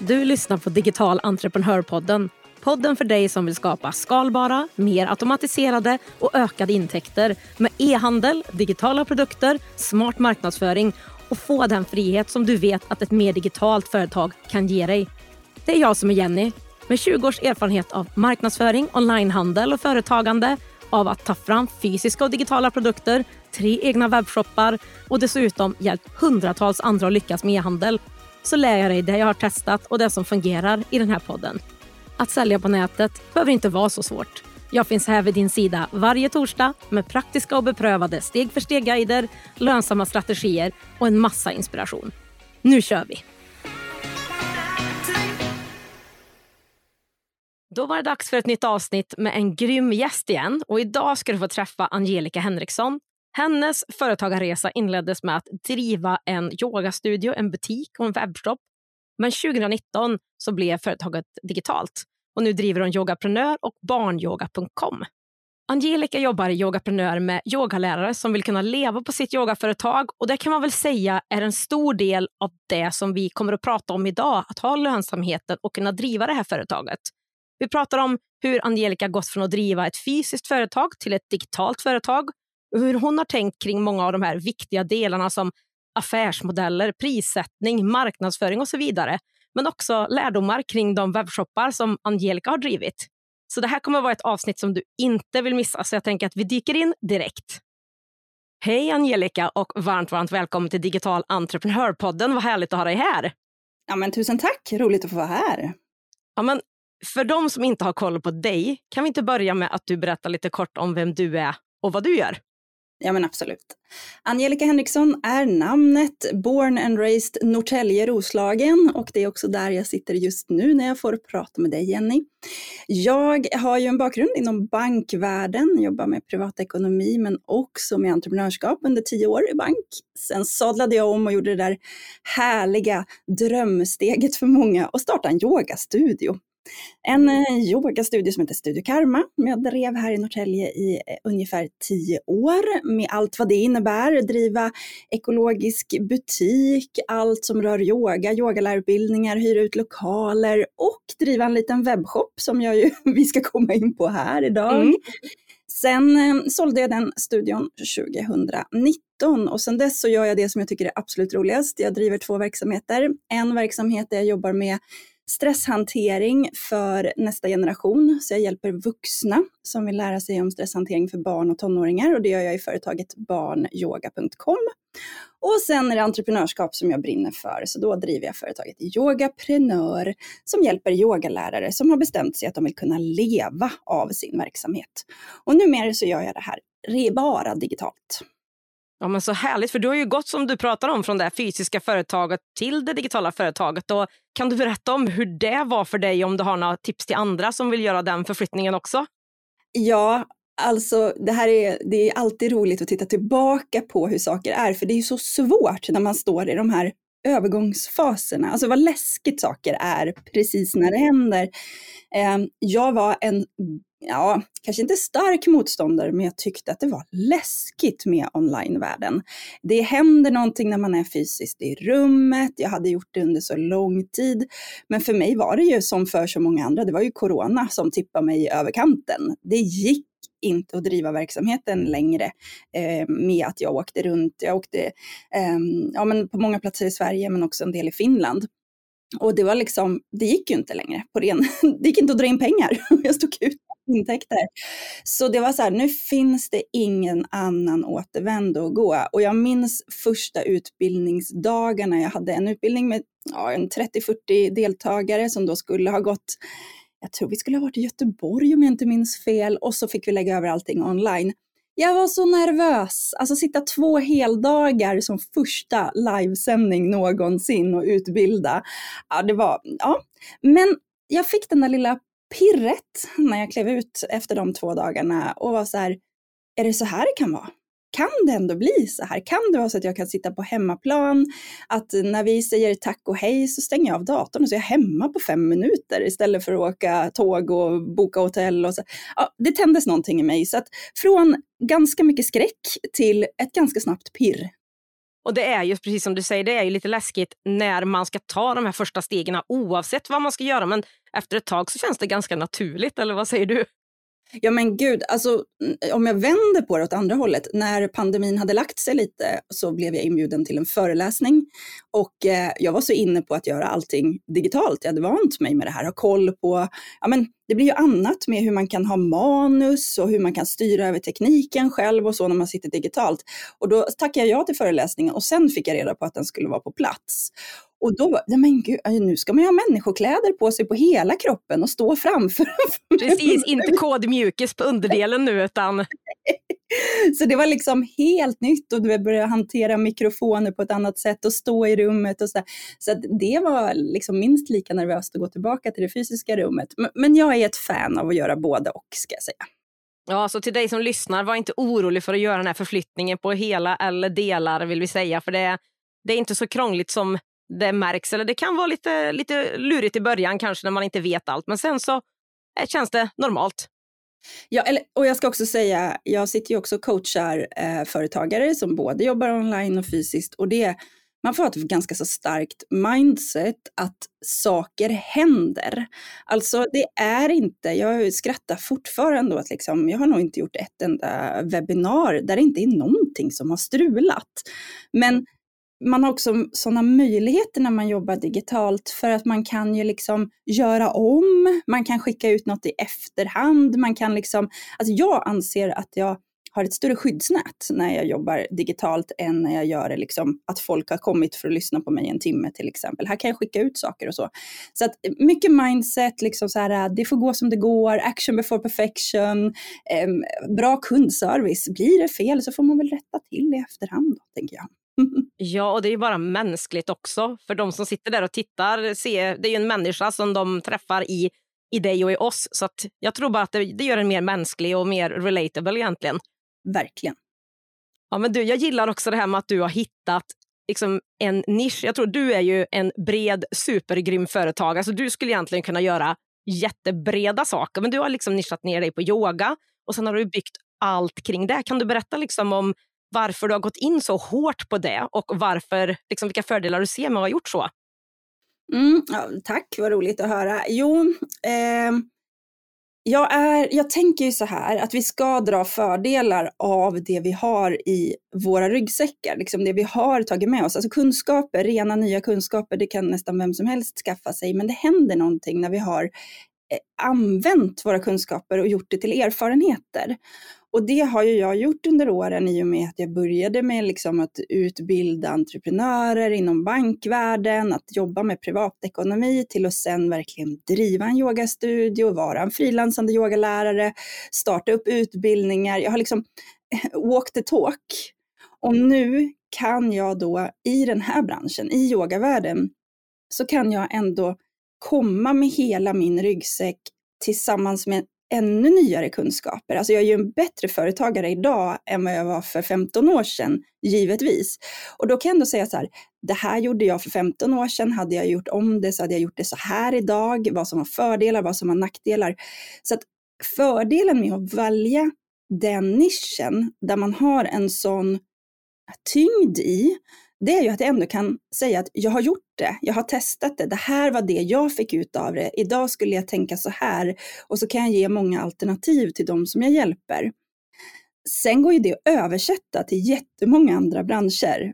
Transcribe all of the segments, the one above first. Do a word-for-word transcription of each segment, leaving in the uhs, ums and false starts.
Du lyssnar på Digital Entreprenörpodden. Podden för dig som vill skapa skalbara, mer automatiserade och ökade intäkter med e-handel, digitala produkter, smart marknadsföring och få den frihet som du vet att ett mer digitalt företag kan ge dig. Det är jag som är Jenny, med tjugo års erfarenhet av marknadsföring, onlinehandel och företagande, av att ta fram fysiska och digitala produkter, tre egna webbshoppar och dessutom hjälpt hundratals andra att lyckas med e-handel. Så lär jag dig det jag har testat och det som fungerar i den här podden. Att sälja på nätet behöver inte vara så svårt. Jag finns här vid din sida varje torsdag med praktiska och beprövade steg-för-steg-guider, lönsamma strategier och en massa inspiration. Nu kör vi! Då var det dags för ett nytt avsnitt med en grym gäst igen. Och idag ska du få träffa Angelica Henriksson. Hennes företagarresa inleddes med att driva en yogastudio, en butik och en webbshop. Men tjugonitton så blev företaget digitalt. Och nu driver hon Yogaprenör och barnyoga punkt com. Angelica jobbar i Yogaprenör med yogalärare som vill kunna leva på sitt yogaföretag. Och det kan man väl säga är en stor del av det som vi kommer att prata om idag. Att ha lönsamheten och kunna driva det här företaget. Vi pratar om hur Angelica gått från att driva ett fysiskt företag till ett digitalt företag. Och hur hon har tänkt kring många av de här viktiga delarna som affärsmodeller, prissättning, marknadsföring och så vidare. Men också lärdomar kring de webbshoppar som Angelica har drivit. Så det här kommer att vara ett avsnitt som du inte vill missa, så jag tänker att vi dyker in direkt. Hej Angelica och varmt, varmt välkommen till Digital Entreprenörpodden. Vad härligt att ha dig här. Ja men tusen tack, roligt att få vara här. Ja men för de som inte har koll på dig, kan vi inte börja med att du berättar lite kort om vem du är och vad du gör? Ja men absolut. Angelica Henriksson är namnet, born and raised Norrtälje, Roslagen, och det är också där jag sitter just nu när jag får prata med dig Jenny. Jag har ju en bakgrund inom bankvärlden, jobbar med privatekonomi men också med entreprenörskap under tio år i bank. Sen sadlade jag om och gjorde det där härliga drömsteget för många och startade en yogastudio. En eh, yogastudio som heter Studio Karma, som jag drev här i Norrtälje i eh, ungefär tio år, med allt vad det innebär, driva ekologisk butik, allt som rör yoga, yogalärarutbildningar, hyra ut lokaler och driva en liten webbshop som jag ju, vi ska komma in på här idag. Mm. Sen eh, sålde jag den studion tjugonitton och sen dess så gör jag det som jag tycker är absolut roligast. Jag driver två verksamheter. En verksamhet där jag jobbar med stresshantering för nästa generation. Så jag hjälper vuxna som vill lära sig om stresshantering för barn och tonåringar. Och det gör jag i företaget barnyoga punkt com. Och sen är det entreprenörskap som jag brinner för. Så då driver jag företaget Yogaprenör som hjälper yogalärare som har bestämt sig att de vill kunna leva av sin verksamhet. Och numera så gör jag det här bara digitalt. Ja men så härligt, för du har ju gått som du pratar om från det fysiska företaget till det digitala företaget. Och kan du berätta om hur det var för dig, om du har några tips till andra som vill göra den förflyttningen också? Ja, alltså det här är, det är alltid roligt att titta tillbaka på hur saker är. För det är ju så svårt när man står i de här övergångsfaserna. Alltså vad läskigt saker är precis när det händer. Jag var en... Ja, kanske inte stark motståndare, men jag tyckte att det var läskigt med onlinevärlden. Det händer någonting när man är fysiskt i rummet. Jag hade gjort det under så lång tid. Men för mig var det ju som för så många andra. Det var ju corona som tippade mig över kanten. Det gick inte att driva verksamheten längre eh, med att jag åkte runt. Jag åkte eh, ja, men på många platser i Sverige men också en del i Finland. Och det var liksom, det gick ju inte längre på ren, det gick inte att dra in pengar. Jag stod ut intäkter. Så det var så här, nu finns det ingen annan återvändo att gå. Och jag minns första utbildningsdagarna. Jag hade en utbildning med ja, en trettio till fyrtio deltagare som då skulle ha gått, jag tror vi skulle ha varit i Göteborg om jag inte minns fel. Och så fick vi lägga över allting online. Jag var så nervös. Alltså sitta två heldagar som första livesändning någonsin och utbilda. Ja, det var, ja. Men jag fick den där lilla pirret när jag klev ut efter de två dagarna och var så här, är det så här det kan vara? Kan det ändå bli så här? Kan det vara så att jag kan sitta på hemmaplan? Att när vi säger tack och hej så stänger jag av datorn och så är jag hemma på fem minuter istället för att åka tåg och boka hotell. Och så. Ja, det tändes någonting i mig. Så att från ganska mycket skräck till ett ganska snabbt pirr. Och det är ju precis som du säger, det är ju lite läskigt när man ska ta de här första stegen oavsett vad man ska göra. Men efter ett tag så känns det ganska naturligt, eller vad säger du? Ja men gud, alltså om jag vänder på det åt andra hållet, när pandemin hade lagt sig lite så blev jag inbjuden till en föreläsning och eh, jag var så inne på att göra allting digitalt. Jag hade vant mig med det här, ha koll på, ja men det blir ju annat med hur man kan ha manus och hur man kan styra över tekniken själv och så när man sitter digitalt. Och då tackade jag ja till föreläsningen och sen fick jag reda på att den skulle vara på plats. Och då, nej men gud, nu ska man ju ha människokläder på sig på hela kroppen och stå framför. Precis, inte kodmjukis på underdelen nu utan... Så det var liksom helt nytt och du började hantera mikrofoner på ett annat sätt och stå i rummet och så. Så att det var liksom minst lika nervöst att gå tillbaka till det fysiska rummet. Men jag är ett fan av att göra både och, ska jag säga. Ja, så till dig som lyssnar, var inte orolig för att göra den här förflyttningen på hela eller delar, vill vi säga. För det, det är inte så krångligt som det märks. Eller det kan vara lite, lite lurigt i början kanske när man inte vet allt. Men sen så eh, känns det normalt. Ja, eller, och jag ska också säga, jag sitter ju också och coachar eh, företagare som både jobbar online och fysiskt. Och det, man får ha ett ganska så starkt mindset att saker händer. Alltså det är inte, jag skrattar fortfarande att liksom, jag har nog inte gjort ett enda webbinar där det inte är någonting som har strulat. Men man har också sådana möjligheter när man jobbar digitalt för att man kan ju liksom göra om, man kan skicka ut något i efterhand, man kan liksom, alltså jag anser att jag har ett större skyddsnät när jag jobbar digitalt än när jag gör det liksom att folk har kommit för att lyssna på mig en timme till exempel. Här kan jag skicka ut saker och så. Så att mycket mindset, liksom så här, det får gå som det går, action before perfection, eh, bra kundservice. Blir det fel så får man väl rätta till i efterhand, tänker jag. Ja, och det är ju bara mänskligt också. För de som sitter där och tittar, ser, det är ju en människa som de träffar i, i dig och i oss. Så att jag tror bara att det, det gör en mer mänsklig och mer relatable egentligen. Verkligen. Ja, men du, jag gillar också det här med att du har hittat liksom en nisch. Jag tror du är ju en bred, supergrym företag. Alltså du skulle egentligen kunna göra jättebreda saker. Men du har liksom nischat ner dig på yoga. Och sen har du byggt allt kring det. Kan du berätta liksom om varför du har gått in så hårt på det och varför, liksom, vilka fördelar du ser med att ha gjort så? Mm, ja, tack, vad roligt att höra. Jo, eh, jag, är, jag tänker ju så här att vi ska dra fördelar av det vi har i våra ryggsäckar, liksom det vi har tagit med oss. Alltså kunskaper, rena nya kunskaper, det kan nästan vem som helst skaffa sig, men det händer någonting när vi har eh, använt våra kunskaper och gjort det till erfarenheter. Och det har ju jag gjort under åren i och med att jag började med liksom att utbilda entreprenörer inom bankvärlden, att jobba med privatekonomi till att sen verkligen driva en yogastudio, vara en frilansande yogalärare, starta upp utbildningar. Jag har liksom walk the talk. Och nu kan jag då i den här branschen, i yogavärlden, så kan jag ändå komma med hela min ryggsäck tillsammans med ännu nyare kunskaper. Alltså jag är ju en bättre företagare idag än vad jag var för femton år sedan, givetvis. Och då kan jag ändå säga så här, det här gjorde jag för femton år sedan, hade jag gjort om det så hade jag gjort det så här idag, vad som har fördelar, vad som har nackdelar. Så att fördelen med att välja den nischen där man har en sån tyngd i, det är ju att jag ändå kan säga att jag har gjort det, jag har testat det, det här var det jag fick ut av det, idag skulle jag tänka så här, och så kan jag ge många alternativ till de som jag hjälper. Sen går ju det att översätta till jättemånga andra branscher,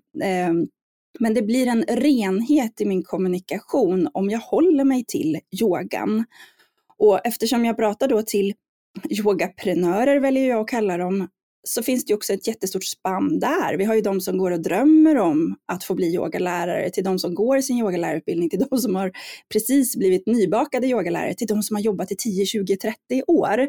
men det blir en renhet i min kommunikation om jag håller mig till yogan. Och eftersom jag pratar då till yogaprenörer, väljer jag att kalla dem, så finns det ju också ett jättestort spann där. Vi har ju de som går och drömmer om att få bli yogalärare, till de som går sin yogalärarutbildning, till de som har precis blivit nybakade yogalärare, till de som har jobbat i tio, tjugo, trettio år.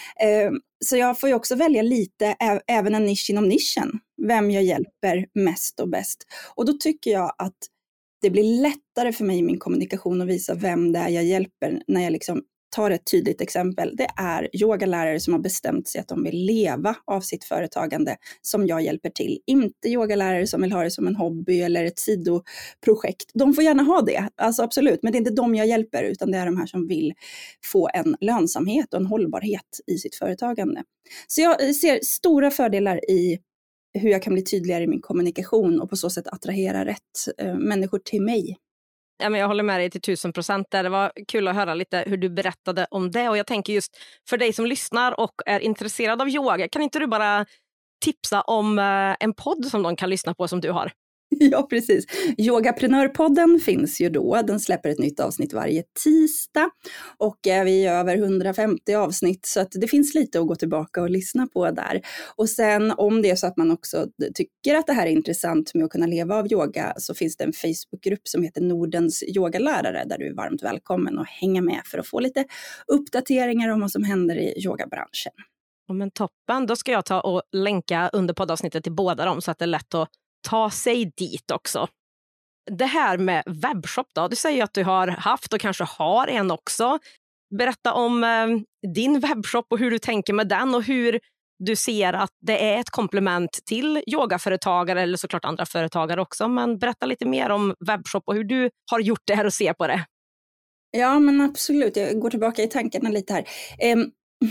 Så jag får ju också välja lite, även en nisch inom nischen, vem jag hjälper mest och bäst. Och då tycker jag att det blir lättare för mig i min kommunikation att visa vem det är jag hjälper när jag liksom tar ett tydligt exempel. Det är yogalärare som har bestämt sig att de vill leva av sitt företagande som jag hjälper till. Inte yogalärare som vill ha det som en hobby eller ett sidoprojekt. De får gärna ha det, alltså absolut. Men det är inte de jag hjälper, utan det är de här som vill få en lönsamhet och en hållbarhet i sitt företagande. Så jag ser stora fördelar i hur jag kan bli tydligare i min kommunikation och på så sätt attrahera rätt eh, människor till mig. Ja, men jag håller med dig till tusen procent där. Det var kul att höra lite hur du berättade om det. Och jag tänker just för dig som lyssnar och är intresserad av yoga, kan inte du bara tipsa om eh, en podd som de kan lyssna på som du har? Ja, precis. Yogaprenörpodden finns ju då. Den släpper ett nytt avsnitt varje tisdag. Och är vi över hundrafemtio avsnitt, så att det finns lite att gå tillbaka och lyssna på där. Och sen om det är så att man också tycker att det här är intressant med att kunna leva av yoga, så finns det en Facebookgrupp som heter Nordens yogalärare, där du är varmt välkommen att hänga med för att få lite uppdateringar om vad som händer i yogabranschen. Ja, men toppen, då ska jag ta och länka under poddavsnittet till båda dem så att det är lätt att ta sig dit också. Det här med webbshop då, du säger att du har haft och kanske har en också. Berätta om eh, din webbshop och hur du tänker med den och hur du ser att det är ett komplement till yogaföretagare eller såklart andra företagare också. Men berätta lite mer om webbshop och hur du har gjort det här och ser på det. Ja, men absolut. Jag går tillbaka i tankarna lite här. Um...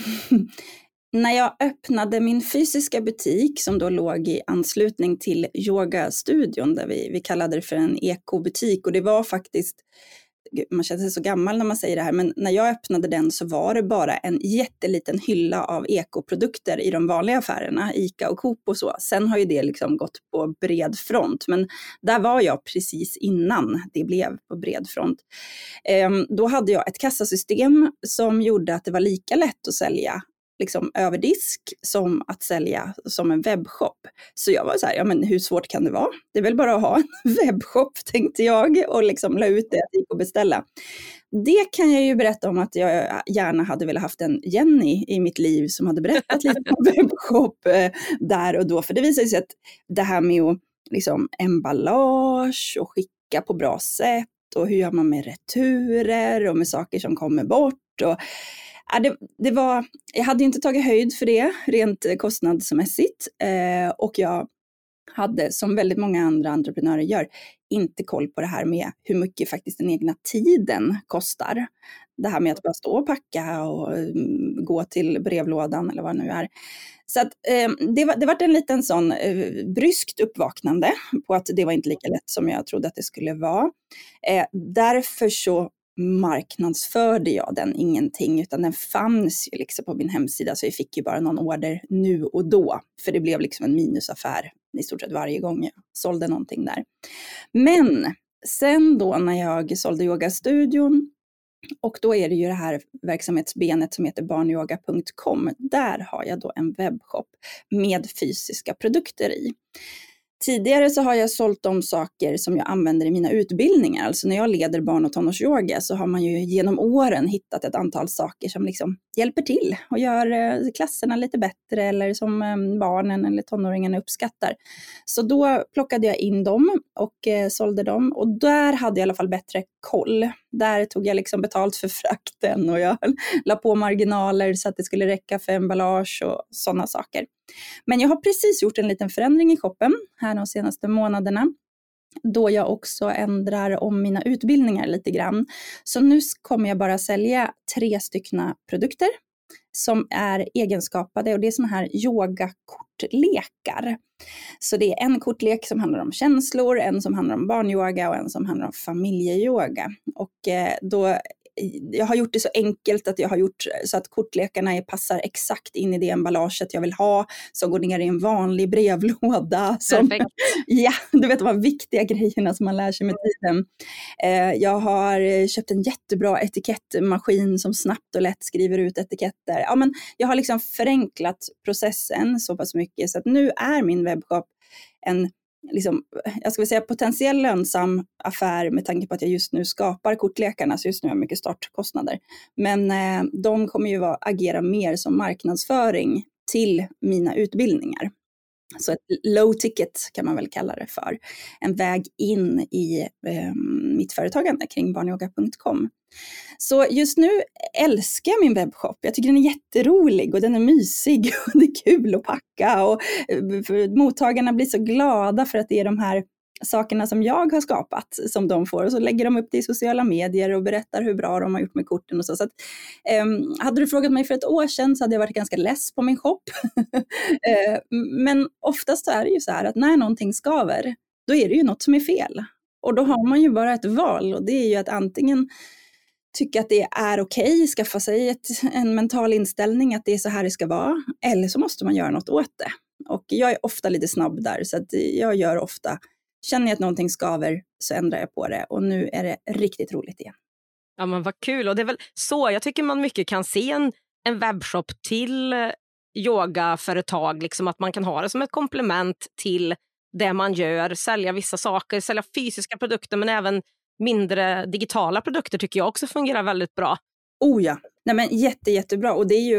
När jag öppnade min fysiska butik som då låg i anslutning till yogastudion, där vi, vi kallade det för en ekobutik, och det var faktiskt, man känner sig så gammal när man säger det här, men när jag öppnade den så var det bara en jätteliten hylla av ekoprodukter i de vanliga affärerna, Ica och Coop och så. Sen har ju det liksom gått på bred front, men där var jag precis innan det blev på bred front. Ehm, då hade jag ett kassasystem som gjorde att det var lika lätt att sälja liksom över disk som att sälja som en webbshop. Så jag var så här, ja men hur svårt kan det vara? Det är väl bara att ha en webbshop, tänkte jag, och liksom la ut det att gick och beställa. Det kan jag ju berätta om att jag gärna hade velat haft en Jenny i mitt liv som hade berättat lite om webbshop eh, där och då. För det visar sig att det här med att liksom emballage och skicka på bra sätt och hur gör man med returer och med saker som kommer bort och Ja, det, det var, jag hade inte tagit höjd för det rent kostnadsmässigt eh, och jag hade, som väldigt många andra entreprenörer gör, inte koll på det här med hur mycket faktiskt den egna tiden kostar. Det här med att bara stå och packa och mm, gå till brevlådan eller vad det nu är. Så att, eh, det, var, det var en liten sån eh, bryskt uppvaknande på att det var inte lika lätt som jag trodde att det skulle vara. Eh, därför så marknadsförde jag den ingenting, utan den fanns ju liksom på min hemsida, så jag fick ju bara någon order nu och då, för det blev liksom en minusaffär i stort sett varje gång jag sålde någonting där. Men sen då när jag sålde yogastudion, och då är det ju det här verksamhetsbenet som heter barnyoga punkt com, där har jag då en webbshop med fysiska produkter i. Tidigare så har jag sålt de saker som jag använder i mina utbildningar. Alltså när jag leder barn- och tonårsyoga så har man ju genom åren hittat ett antal saker som liksom hjälper till och gör klasserna lite bättre eller som barnen eller tonåringarna uppskattar. Så då plockade jag in dem och eh, sålde dem, och där hade jag i alla fall bättre koll. Där tog jag liksom betalt för frakten och jag la på marginaler så att det skulle räcka för emballage och sådana saker. Men jag har precis gjort en liten förändring i shoppen här de senaste månaderna, då jag också ändrar om mina utbildningar lite grann. Så nu kommer jag bara sälja tre styckna produkter som är egenskapade, och det är såna här yogakortlekar. Så det är en kortlek som handlar om känslor, en som handlar om barnyoga och en som handlar om familjeyoga. Och eh, då jag har gjort det så enkelt att jag har gjort så att kortlekarna passar exakt in i det emballaget jag vill ha, som går ner i en vanlig brevlåda. Som, ja, du vet de här viktiga grejerna som man lär sig med tiden. Eh, jag har köpt en jättebra etikettmaskin som snabbt och lätt skriver ut etiketter. Ja, men jag har liksom förenklat processen så pass mycket så att nu är min webbshop en liksom, jag ska säga potentiell lönsam affär med tanke på att jag just nu skapar kortlekarna, så just nu har jag mycket startkostnader. Men eh, de kommer ju vara, agera mer som marknadsföring till mina utbildningar. Så ett low ticket kan man väl kalla det för. En väg in i eh, mitt företagande kring barnyoga punkt com. Så just nu älskar jag min webbshop. Jag tycker den är jätterolig och den är mysig och det är kul att packa. Och mottagarna blir så glada för att det är de här sakerna som jag har skapat som de får, och så lägger de upp det i sociala medier och berättar hur bra de har gjort med korten och så. Så att, eh, hade du frågat mig för ett år sedan så hade jag varit ganska less på min shop. eh, men oftast är det ju så här att när någonting skaver, då är det ju något som är fel. Och då har man ju bara ett val, och det är ju att antingen tycka att det är okej, skaffa sig ett, en mental inställning att det är så här det ska vara, eller så måste man göra något åt det. Och jag är ofta lite snabb där, så att jag gör ofta, känner jag att någonting skaver så ändrar jag på det, och nu är det riktigt roligt igen. Ja, men vad kul, och det är väl så jag tycker man mycket kan se en, en webbshop till yogaföretag, liksom att man kan ha det som ett komplement till det man gör, sälja vissa saker, sälja fysiska produkter men även mindre digitala produkter tycker jag också fungerar väldigt bra. Oh ja, nej men jätte, jättebra, och det är ju,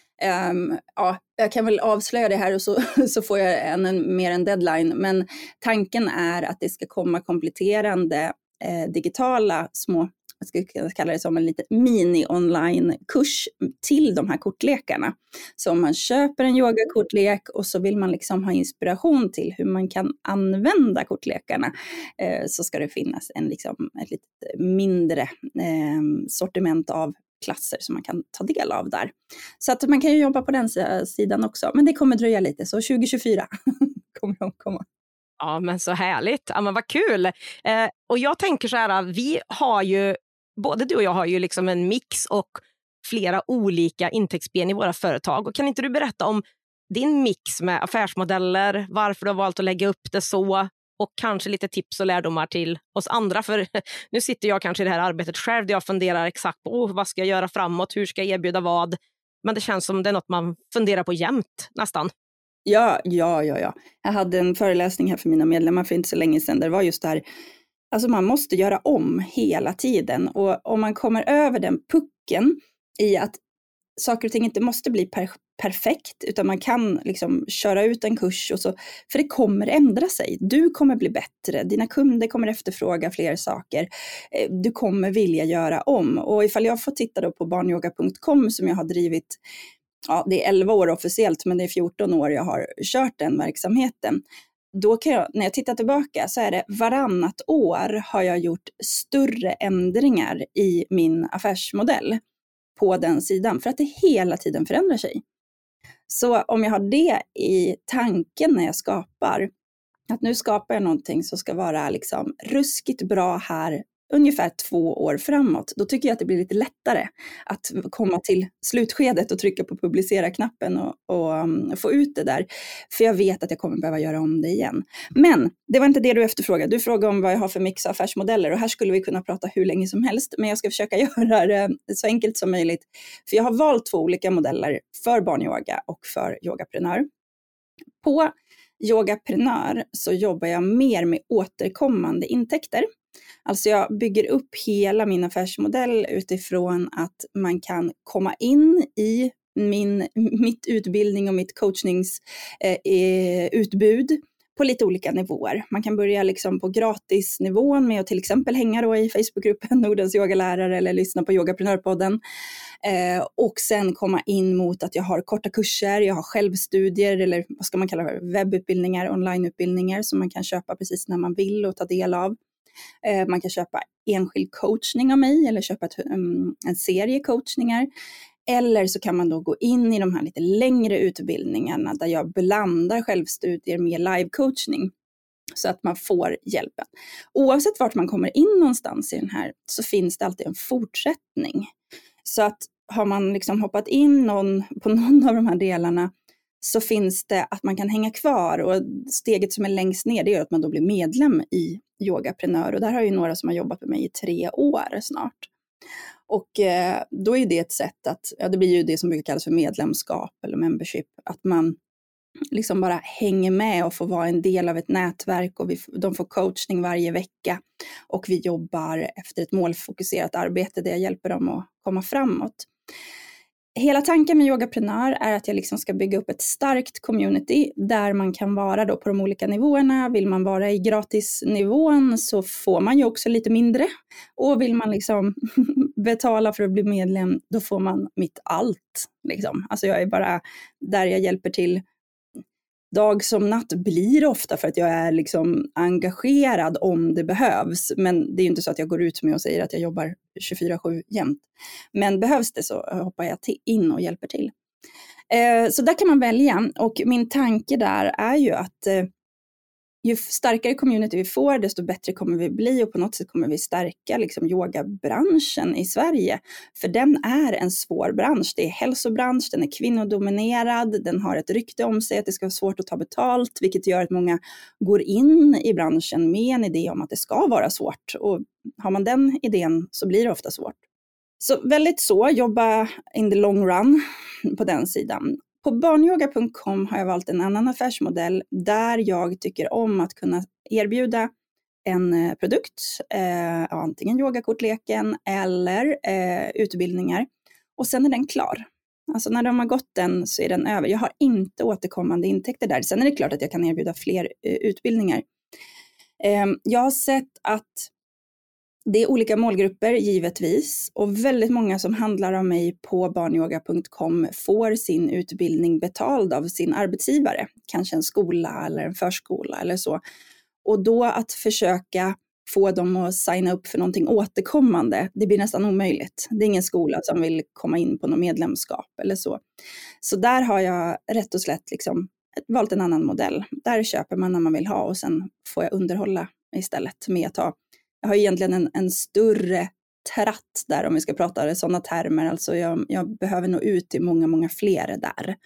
um, ja, jag kan väl avslöja det här och så, så får jag en, en, mer en deadline, men tanken är att det ska komma kompletterande eh, digitala små, jag ska kalla det som en liten mini-online-kurs till de här kortlekarna. Så om man köper en yogakortlek och så vill man liksom ha inspiration till hur man kan använda kortlekarna, eh, så ska det finnas en, liksom, ett lite mindre eh, sortiment av klasser som man kan ta del av där. Så att man kan ju jobba på den sidan också, men det kommer dröja lite, så tjugo tjugofyra kommer de komma. Ja, men så härligt. Ja, men vad kul. Eh, och jag tänker så här, vi har ju, både du och jag har ju liksom en mix och flera olika intäktsben i våra företag. Och kan inte du berätta om din mix med affärsmodeller, varför du har valt att lägga upp det så, och kanske lite tips och lärdomar till oss andra, för nu sitter jag kanske i det här arbetet själv där jag funderar exakt på oh, vad ska jag göra framåt, hur ska jag erbjuda vad, men det känns som det är något man funderar på jämt nästan. Ja, ja, ja, ja. Jag hade en föreläsning här för mina medlemmar för inte så länge sedan där det var just det här, alltså man måste göra om hela tiden, och om man kommer över den pucken i att saker och ting inte måste bli per- perfekt, utan man kan liksom köra ut en kurs och så, för det kommer ändra sig. Du kommer bli bättre, dina kunder kommer efterfråga fler saker, du kommer vilja göra om. Och ifall jag får titta då på barnyoga punkt com som jag har drivit, ja det är elva år officiellt, men det är fjorton år jag har kört den verksamheten. Då kan jag, när jag tittar tillbaka, så är det varannat år har jag gjort större ändringar i min affärsmodell på den sidan, för att det hela tiden förändrar sig. Så om jag har det i tanken när jag skapar, att nu skapar jag någonting som ska vara liksom ruskigt bra här ungefär två år framåt, då tycker jag att det blir lite lättare att komma till slutskedet och trycka på publicera-knappen och, och um, få ut det där. För jag vet att jag kommer behöva göra om det igen. Men det var inte det du efterfrågade. Du frågade om vad jag har för mix av affärsmodeller, och här skulle vi kunna prata hur länge som helst, men jag ska försöka göra det så enkelt som möjligt. För jag har valt två olika modeller för barnyoga och för yogaprenör. På yogaprenör så jobbar jag mer med återkommande intäkter. Alltså jag bygger upp hela min affärsmodell utifrån att man kan komma in i min, mitt utbildning och mitt coachningsutbud eh, på lite olika nivåer. Man kan börja liksom på gratisnivån med att till exempel hänga då i Facebookgruppen Nordens yogalärare eller lyssna på Yogaprenörpodden. Eh, och sen komma in mot att jag har korta kurser, jag har självstudier eller vad ska man kalla det, webbutbildningar, onlineutbildningar som man kan köpa precis när man vill och ta del av. Eh, man kan köpa enskild coachning av mig eller köpa ett, um, en serie coachningar. Eller så kan man då gå in i de här lite längre utbildningarna där jag blandar självstudier med live-coachning så att man får hjälpen. Oavsett vart man kommer in någonstans i den här så finns det alltid en fortsättning. Så att har man liksom hoppat in någon, på någon av de här delarna så finns det att man kan hänga kvar, och steget som är längst ner det är att man då blir medlem i Yogaprenör, och där har ju några som har jobbat med mig i tre år snart. Och eh, då är det ett sätt att, ja det blir ju det som brukar kallas för medlemskap eller membership, att man liksom bara hänger med och får vara en del av ett nätverk, och vi, de får coachning varje vecka och vi jobbar efter ett målfokuserat arbete där jag hjälper dem att komma framåt. Hela tanken med Yogaprenör är att jag liksom ska bygga upp ett starkt community där man kan vara då på de olika nivåerna. Vill man vara i gratisnivån så får man ju också lite mindre. Och vill man liksom betala för att bli medlem, då får man mitt allt. Liksom. Alltså jag är bara där jag hjälper till. dag som natt blir det ofta för att jag är liksom engagerad om det behövs. Men det är ju inte så att jag går ut med och säger att jag jobbar tjugofyra sju jämt. Men behövs det så hoppar jag till, in och hjälper till. Eh, så där kan man välja, och min tanke där är ju att eh, ju starkare community vi får, desto bättre kommer vi bli, och på något sätt kommer vi stärka liksom yogabranschen i Sverige. För den är en svår bransch. Det är hälsobransch, den är kvinnodominerad, den har ett rykte om sig att det ska vara svårt att ta betalt, vilket gör att många går in i branschen med en idé om att det ska vara svårt. Och har man den idén så blir det ofta svårt. Så väldigt så, jobba in the long run på den sidan. På barnyoga punkt com har jag valt en annan affärsmodell där jag tycker om att kunna erbjuda en produkt, eh, antingen yogakortleken eller eh, utbildningar, och sen är den klar. Alltså när de har gått den så är den över. Jag har inte återkommande intäkter där. Sen är det klart att jag kan erbjuda fler eh, utbildningar. Eh, jag har sett att det är olika målgrupper givetvis, och väldigt många som handlar av mig på barnyoga punkt com får sin utbildning betald av sin arbetsgivare. Kanske en skola eller en förskola eller så. Och då att försöka få dem att signa upp för någonting återkommande, det blir nästan omöjligt. Det är ingen skola som vill komma in på något medlemskap eller så. Så där har jag rätt och slätt liksom valt en annan modell. Där köper man när man vill ha, och sen får jag underhålla istället med att ha. Jag har egentligen en, en större tratt där, om vi ska prata i sådana termer. Alltså jag, jag behöver nå ut till många, många fler där.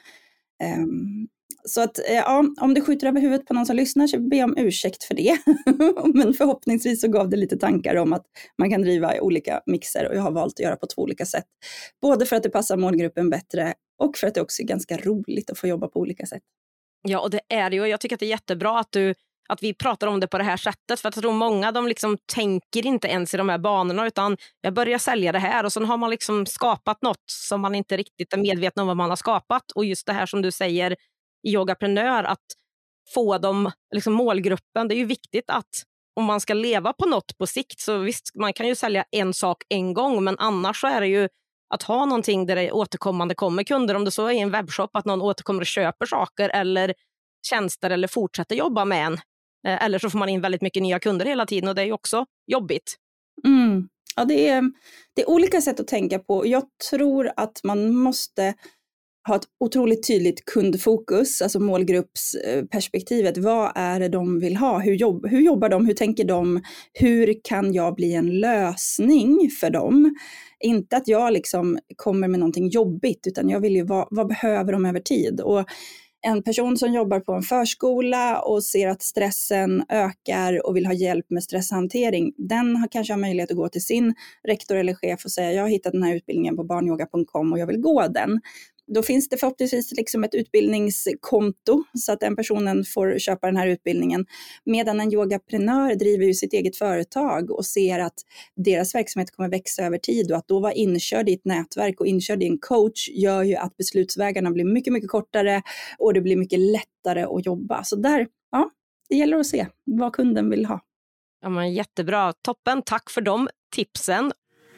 Um, så att ja, om det skjuter över huvudet på någon som lyssnar så ber jag om ursäkt för det. Men förhoppningsvis så gav det lite tankar om att man kan driva i olika mixer, och jag har valt att göra på två olika sätt. Både för att det passar målgruppen bättre och för att det också är ganska roligt att få jobba på olika sätt. Ja, och det är det ju. Jag tycker att det är jättebra att du att vi pratar om det på det här sättet, för att jag tror många de liksom tänker inte ens i de här banorna, utan jag börjar sälja det här och så har man liksom skapat något som man inte riktigt är medveten om vad man har skapat. Och just det här som du säger i Yogaprenör, att få dem liksom målgruppen, det är ju viktigt att om man ska leva på något på sikt, så visst man kan ju sälja en sak en gång, men annars så är det ju att ha någonting där det återkommande kommer kunder, om det så är i en webbshop att någon återkommer och köper saker eller tjänster eller fortsätter jobba med en. Eller så får man in väldigt mycket nya kunder hela tiden, och det är ju också jobbigt. Mm. Ja, det är, det är olika sätt att tänka på. Jag tror att man måste ha ett otroligt tydligt kundfokus, alltså målgruppsperspektivet. Vad är det de vill ha? Hur, jobb, hur jobbar de? Hur tänker de? Hur kan jag bli en lösning för dem? Inte att jag liksom kommer med någonting jobbigt, utan jag vill ju, vad, vad behöver de över tid? Och en person som jobbar på en förskola och ser att stressen ökar och vill ha hjälp med stresshantering, den har kanske har möjlighet att gå till sin rektor eller chef och säga: jag har hittat den här utbildningen på barnyoga punkt com och jag vill gå den. Då finns det förhoppningsvis liksom ett utbildningskonto så att den personen får köpa den här utbildningen. Medan en yogaprenör driver ju sitt eget företag och ser att deras verksamhet kommer växa över tid, och att då vara inkörd i ett nätverk och inkörd i en coach gör ju att beslutsvägarna blir mycket, mycket kortare och det blir mycket lättare att jobba. Så där, ja, det gäller att se vad kunden vill ha. Ja, men jättebra. Toppen. Tack för de tipsen.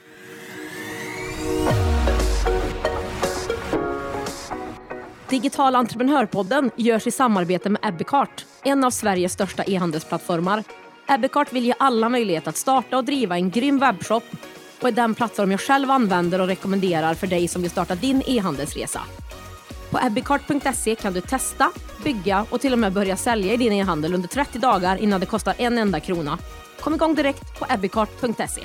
Digital entreprenörpodden görs i samarbete med Ebbecart, en av Sveriges största e-handelsplattformar. Ebbecart vill ge alla möjlighet att starta och driva en grym webbshop och är den plattform jag själv använder och rekommenderar för dig som vill starta din e-handelsresa. På ebbecart punkt se kan du testa, bygga och till och med börja sälja i din e-handel under trettio dagar innan det kostar en enda krona. Kom igång direkt på ebbecart punkt se.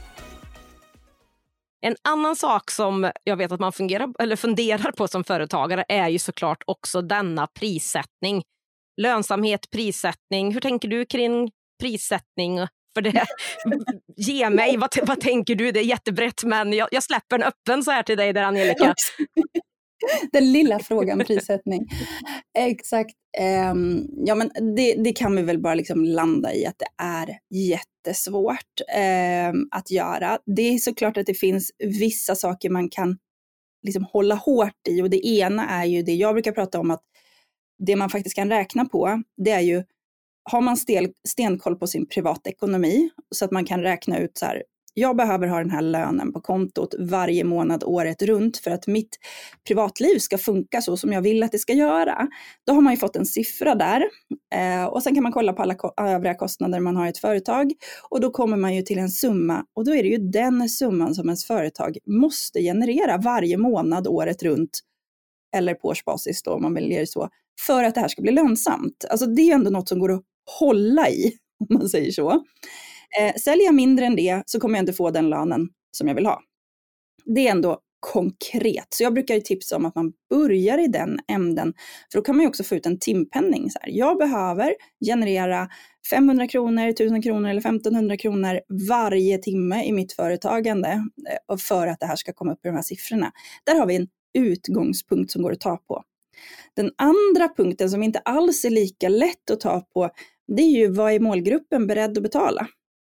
En annan sak som jag vet att man fungerar, eller funderar på som företagare är ju såklart också denna prissättning. Lönsamhet, prissättning. Hur tänker du kring prissättning för det? Ge mig, vad, vad tänker du? Det är jättebrett, men jag, jag släpper en öppen så här till dig där, Angelica. Den lilla frågan, prissättning. Exakt. Um, ja, men det, det kan vi väl bara liksom landa i att det är jättesvårt um, att göra. Det är såklart att det finns vissa saker man kan liksom hålla hårt i, och det ena är ju det jag brukar prata om, att det man faktiskt kan räkna på, det är ju, har man stel, stenkoll på sin privatekonomi så att man kan räkna ut så här, jag behöver ha den här lönen på kontot varje månad året runt för att mitt privatliv ska funka så som jag vill att det ska göra. Då har man ju fått en siffra där eh, och sen kan man kolla på alla ko- övriga kostnader man har i ett företag och då kommer man ju till en summa och då är det ju den summan som ens företag måste generera varje månad året runt eller på årsbasis då om man väljer så, för att det här ska bli lönsamt. Alltså det är ändå något som går att hålla i, om man säger så. Eh, säljer jag mindre än det så kommer jag inte få den lönen som jag vill ha. Det är ändå konkret. Så jag brukar ju tipsa om att man börjar i den änden. För då kan man ju också få ut en timpenning. Så här. Jag behöver generera femhundra kronor, tusen kronor eller femtonhundra kronor varje timme i mitt företagande eh, för att det här ska komma upp i de här siffrorna. Där har vi en utgångspunkt som går att ta på. Den andra punkten som inte alls är lika lätt att ta på, det är ju vad är målgruppen beredd att betala?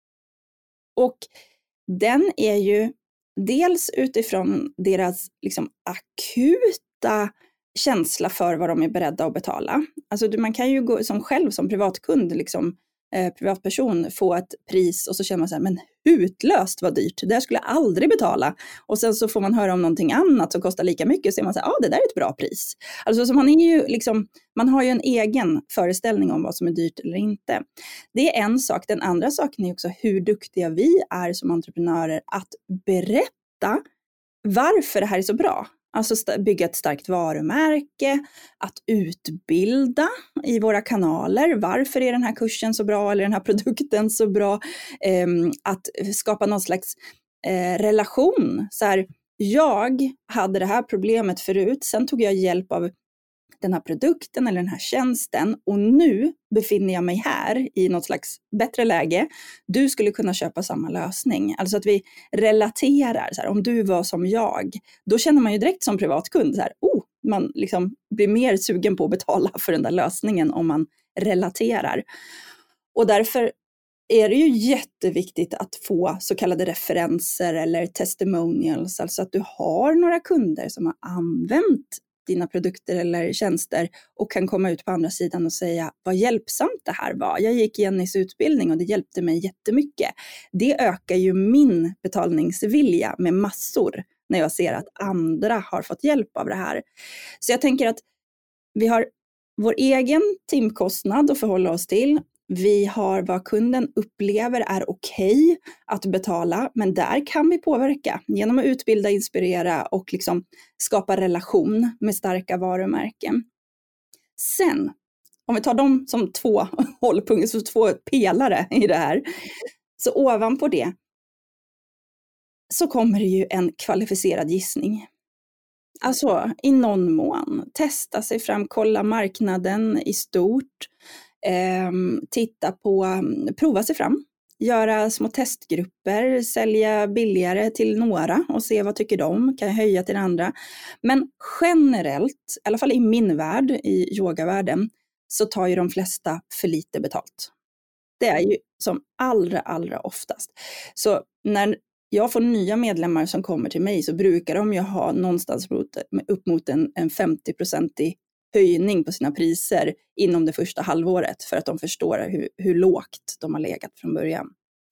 Och den är ju dels utifrån deras liksom akuta känsla för vad de är beredda att betala. Alltså man kan ju gå som själv som privatkund, liksom, eh, privatperson, få ett pris och så känner man så här, men hutlöst vad dyrt, det här skulle jag aldrig betala. Och sen så får man höra om någonting annat som kostar lika mycket och så är man så här, ja ah, det där är ett bra pris. Alltså så man är ju liksom, man har ju en egen föreställning om vad som är dyrt eller inte. Det är en sak. Den andra saken är också hur duktiga vi är som entreprenörer att berätta varför det här är så bra. Alltså bygga ett starkt varumärke, att utbilda i våra kanaler. Varför är den här kursen så bra eller den här produkten så bra? Eh, att skapa någon slags eh, relation. Så här, jag hade det här problemet förut, sen tog jag hjälp av den här produkten eller den här tjänsten och nu befinner jag mig här i något slags bättre läge. Du skulle kunna köpa samma lösning. Alltså att vi relaterar. Så här, om du var som jag, då känner man ju direkt som privatkund så här, oh, man liksom blir mer sugen på att betala för den där lösningen om man relaterar. Och därför är det ju jätteviktigt att få så kallade referenser eller testimonials. Alltså att du har några kunder som har använt dina produkter eller tjänster och kan komma ut på andra sidan och säga vad hjälpsamt det här var. Jag gick Jennys utbildning och det hjälpte mig jättemycket. Det ökar ju min betalningsvilja med massor när jag ser att andra har fått hjälp av det här. Så jag tänker att vi har vår egen timkostnad att förhålla oss till. Vi har vad kunden upplever är okej att betala, men där kan vi påverka genom att utbilda, inspirera och liksom skapa relation med starka varumärken. Sen, om vi tar dem som två hållpunkter, så två pelare i det här, så ovanpå det så kommer det ju en kvalificerad gissning. Alltså i någon mån, testa sig fram, kolla marknaden i stort. Eh, titta på, prova sig fram, göra små testgrupper, sälja billigare till några och se vad tycker de, kan jag höja till andra. Men generellt, i alla fall i min värld, i yogavärlden, så tar ju de flesta för lite betalt. Det är ju som allra, allra oftast. Så när jag får nya medlemmar som kommer till mig så brukar de ju ha någonstans upp mot en, en femtio procentig höjning på sina priser inom det första halvåret för att de förstår hur, hur lågt de har legat från början.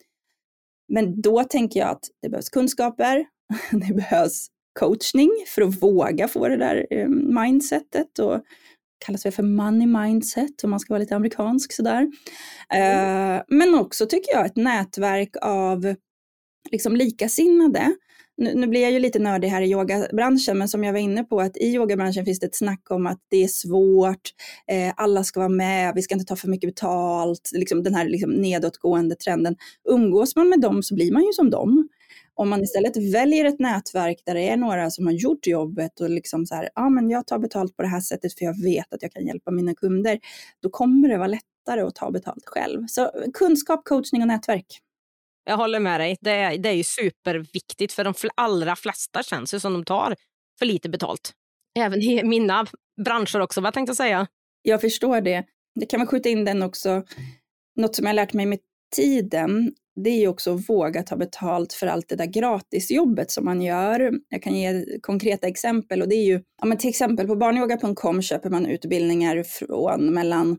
Men då tänker jag att det behövs kunskaper, det behövs coachning för att våga få det där eh, mindsetet och kallas det för money mindset om man ska vara lite amerikansk sådär. Mm. Eh, men också tycker jag ett nätverk av liksom likasinnade. Nu, nu blir jag ju lite nördig här i yogabranschen, men som jag var inne på att i yogabranschen finns det ett snack om att det är svårt, eh, alla ska vara med, vi ska inte ta för mycket betalt, liksom den här liksom nedåtgående trenden. Umgås man med dem så blir man ju som dem. Om man istället väljer ett nätverk där det är några som har gjort jobbet och liksom så här, ja men jag tar betalt på det här sättet för jag vet att jag kan hjälpa mina kunder, då kommer det vara lättare att ta betalt själv. Så kunskap, coachning och nätverk. Jag håller med dig. Det är, det är ju superviktigt för de allra flesta känns det som de tar för lite betalt. Även i mina branscher också, vad tänkte jag säga? Jag förstår det. Det kan man skjuta in den också. Något som jag har lärt mig med tiden, det är ju också att våga ta betalt för allt det där gratisjobbet som man gör. Jag kan ge konkreta exempel och det är ju, ja men till exempel på barnyoga punkt com köper man utbildningar från mellan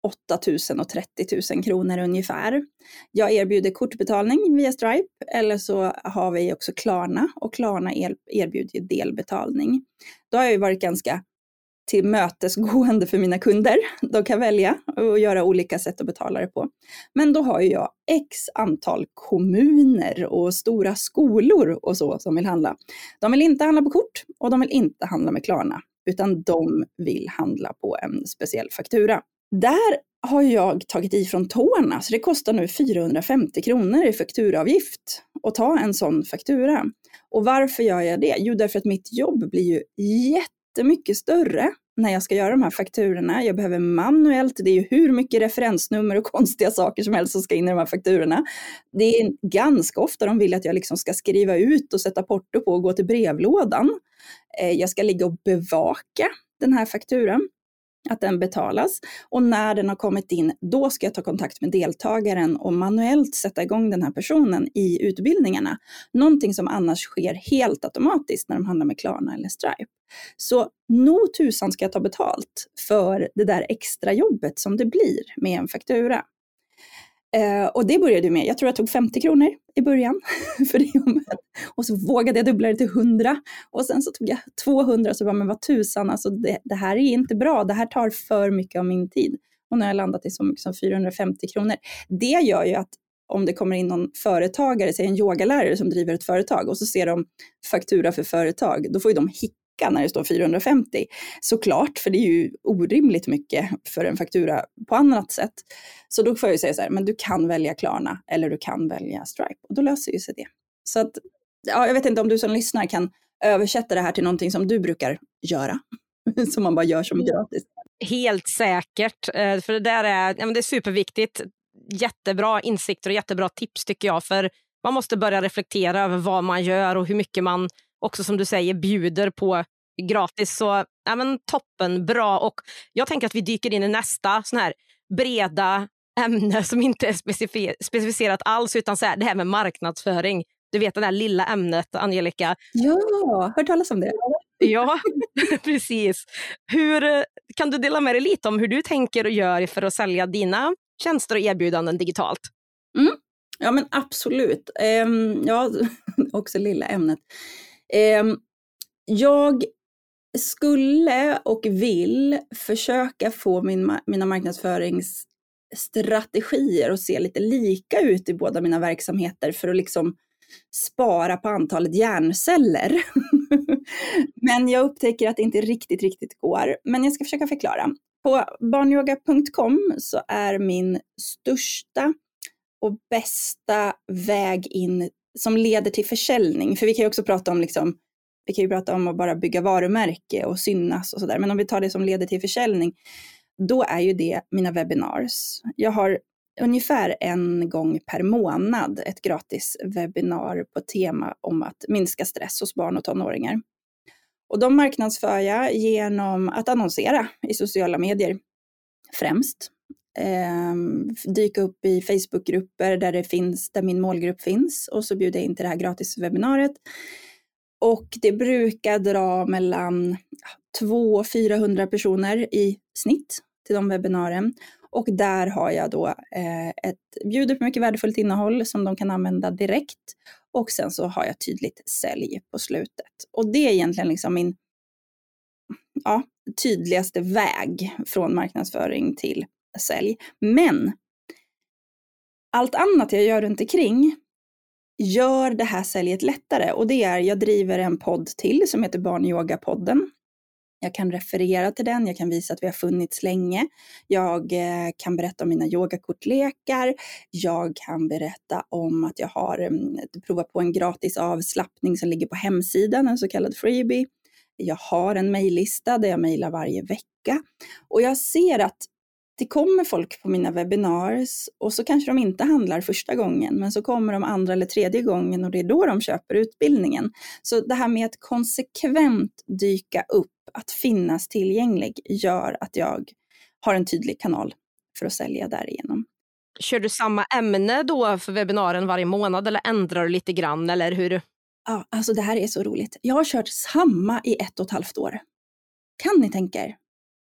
åtta tusen och trettio tusen kronor ungefär. Jag erbjuder kortbetalning via Stripe, eller så har vi också Klarna, och Klarna erbjuder delbetalning. Då har jag ju varit ganska tillmötesgående för mina kunder. De kan välja och göra olika sätt att betala det på. Men då har ju jag x antal kommuner och stora skolor och så som vill handla. De vill inte handla på kort och de vill inte handla med Klarna, utan de vill handla på en speciell faktura. Där har jag tagit ifrån tårna, så det kostar nu fyrahundrafemtio kronor i fakturaavgift att ta en sån faktura. Och varför gör jag det? Jo, därför att mitt jobb blir ju jättemycket större när jag ska göra de här fakturorna. Jag behöver manuellt, det är ju hur mycket referensnummer och konstiga saker som helst som ska in i de här fakturorna. Det är ganska ofta de vill att jag liksom ska skriva ut och sätta porto på och gå till brevlådan. Jag ska ligga och bevaka den här fakturan, att den betalas, och när den har kommit in, då ska jag ta kontakt med deltagaren och manuellt sätta igång den här personen i utbildningarna. Någonting som annars sker helt automatiskt när de handlar med Klarna eller Stripe. Så nog tusan ska jag ta betalt för det där extra jobbet som det blir med en faktura. Uh, och det började med, jag tror jag tog femtio kronor i början för det jobbet. Och så vågade jag dubbla det till hundra. Och sen så tog jag tvåhundra, så bara, men vad tusan, alltså det, det här är inte bra. Det här tar för mycket av min tid. Och nu har jag landat i så mycket som fyrahundrafemtio kronor. Det gör ju att om det kommer in någon företagare, säg en yogalärare som driver ett företag, och så ser de faktura för företag, då får ju de hicka när det står fyrahundrafemtio. Såklart, för det är ju orimligt mycket för en faktura på annat sätt. Så då får jag ju säga så här, men du kan välja Klarna eller du kan välja Stripe. Och då löser ju sig det. Så att, ja, jag vet inte om du som lyssnar kan översätta det här till någonting som du brukar göra. Som man bara gör som gratis. Helt säkert, för det där är, ja, men det är superviktigt. Jättebra insikter och jättebra tips tycker jag. För man måste börja reflektera över vad man gör och hur mycket man också, som du säger, bjuder på gratis. Så ja, men toppen, bra. Och jag tänker att vi dyker in i nästa sån här breda ämne som inte är specif- specificerat alls, utan så här, det här med marknadsföring. Du vet det där lilla ämnet, Angelica. Ja, hört talas om det. Ja, precis. Hur kan du dela med dig lite om hur du tänker och gör för att sälja dina tjänster och erbjudanden digitalt? Mm. Ja, men absolut. Um, ja, också lilla ämnet. Um, jag skulle och vill försöka få min, mina marknadsföringsstrategier att se lite lika ut i båda mina verksamheter, för att liksom spara på antalet hjärnceller. Men jag upptäcker att det inte riktigt, riktigt går. Men jag ska försöka förklara. På barnyoga punkt com så är min största och bästa väg in som leder till försäljning. För vi kan ju också prata om liksom, vi kan ju prata om att bara bygga varumärke och synas och sådär. Men om vi tar det som leder till försäljning, då är ju det mina webinars. Jag har ungefär en gång per månad ett gratis webbinar på tema om att minska stress hos barn och tonåringar. Och de marknadsför jag genom att annonsera i sociala medier främst. Eh, dyka upp i Facebookgrupper där det finns, där min målgrupp finns, och så bjuder jag in till det här gratis webbinariet. Och det brukar dra mellan tvåhundra till fyrahundra personer i snitt till de webbinarien. Och där har jag då eh, ett bjuder på mycket värdefullt innehåll som de kan använda direkt. Och sen så har jag tydligt sälj på slutet. Och det är egentligen liksom min ja, tydligaste väg från marknadsföring till sälj. Men allt annat jag gör runt omkring gör det här säljet lättare. Och det är, jag driver en podd till som heter Barnyogapodden. Jag kan referera till den, jag kan visa att vi har funnits länge. Jag eh, kan berätta om mina yogakortlekar. Jag kan berätta om att jag har eh, provat på en gratis avslappning som ligger på hemsidan, en så kallad freebie. Jag har en mejllista där jag mejlar varje vecka. Och jag ser att det kommer folk på mina webinars och så kanske de inte handlar första gången, men så kommer de andra eller tredje gången och det är då de köper utbildningen. Så det här med att konsekvent dyka upp, att finnas tillgänglig, gör att jag har en tydlig kanal för att sälja därigenom. Kör du samma ämne då för webbinaren varje månad eller ändrar du lite grann, eller hur? Ja, alltså det här är så roligt. Jag har kört samma i ett och ett halvt år. Kan ni tänka er?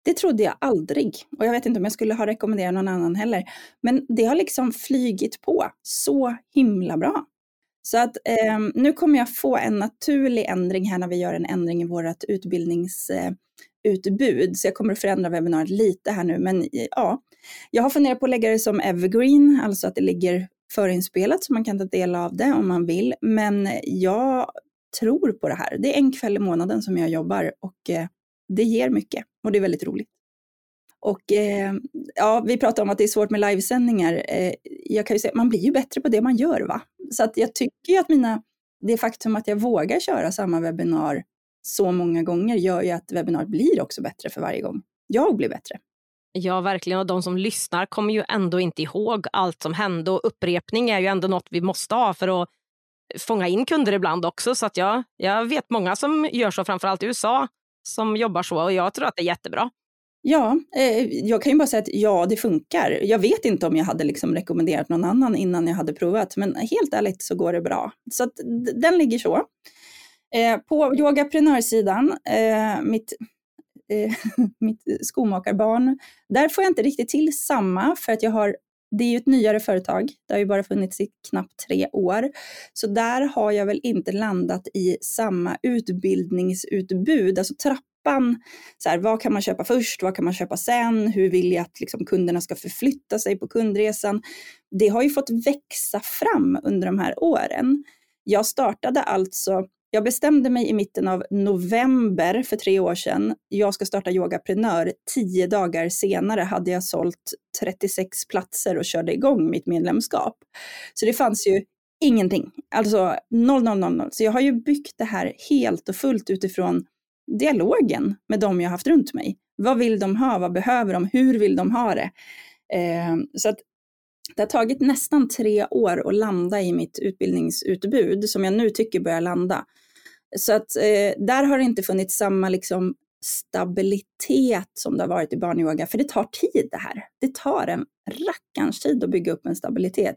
Det trodde jag aldrig. Och jag vet inte om jag skulle ha rekommenderat någon annan heller. Men det har liksom flygit på så himla bra. Så att eh, nu kommer jag få en naturlig ändring här när vi gör en ändring i vårt utbildningsutbud. Eh, så jag kommer att förändra webbinariet lite här nu. Men ja, jag har funderat på att lägga det som evergreen. Alltså att det ligger förinspelat så man kan ta del av det om man vill. Men jag tror på det här. Det är en kväll i månaden som jag jobbar och eh, det ger mycket. Och det är väldigt roligt. Och eh, ja, vi pratar om att det är svårt med livesändningar. Eh, jag kan ju säga, man blir ju bättre på det man gör, va? Så att jag tycker ju att mina, det faktum att jag vågar köra samma webbinar så många gånger gör ju att webbinar blir också bättre för varje gång. Jag blir bättre. Ja, verkligen. Och de som lyssnar kommer ju ändå inte ihåg allt som hände. Och upprepning är ju ändå något vi måste ha för att fånga in kunder ibland också. Så att jag, jag vet många som gör så, framförallt i U S A, som jobbar så. Och jag tror att det är jättebra. Ja, eh, jag kan ju bara säga att ja, det funkar. Jag vet inte om jag hade liksom rekommenderat någon annan innan jag hade provat. Men helt ärligt så går det bra. Så att d- den ligger så. Eh, på yogaprenörsidan, eh, mitt... mitt skomakarbarn. Där får jag inte riktigt till samma för att jag har, det är ju ett nyare företag. Det har ju bara funnits i knappt tre år. Så där har jag väl inte landat i samma utbildningsutbud. Alltså trappan, så här, vad kan man köpa först, vad kan man köpa sen, hur vill jag att liksom, kunderna ska förflytta sig på kundresan. Det har ju fått växa fram under de här åren. Jag startade alltså Jag bestämde mig i mitten av november för tre år sedan. Jag ska starta Yogaprenör. Tio dagar senare hade jag sålt trettiosex platser och körde igång mitt medlemskap. Så det fanns ju ingenting. Alltså noll, noll, noll, noll. Så jag har ju byggt det här helt och fullt utifrån dialogen med de jag haft runt mig. Vad vill de ha? Vad behöver de? Hur vill de ha det? Eh, så att det har tagit nästan tre år att landa i mitt utbildningsutbud som jag nu tycker börjar landa. Så att eh, där har det inte funnits samma liksom, stabilitet som det har varit i barnyoga. För det tar tid det här. Det tar en rackarns tid att bygga upp en stabilitet.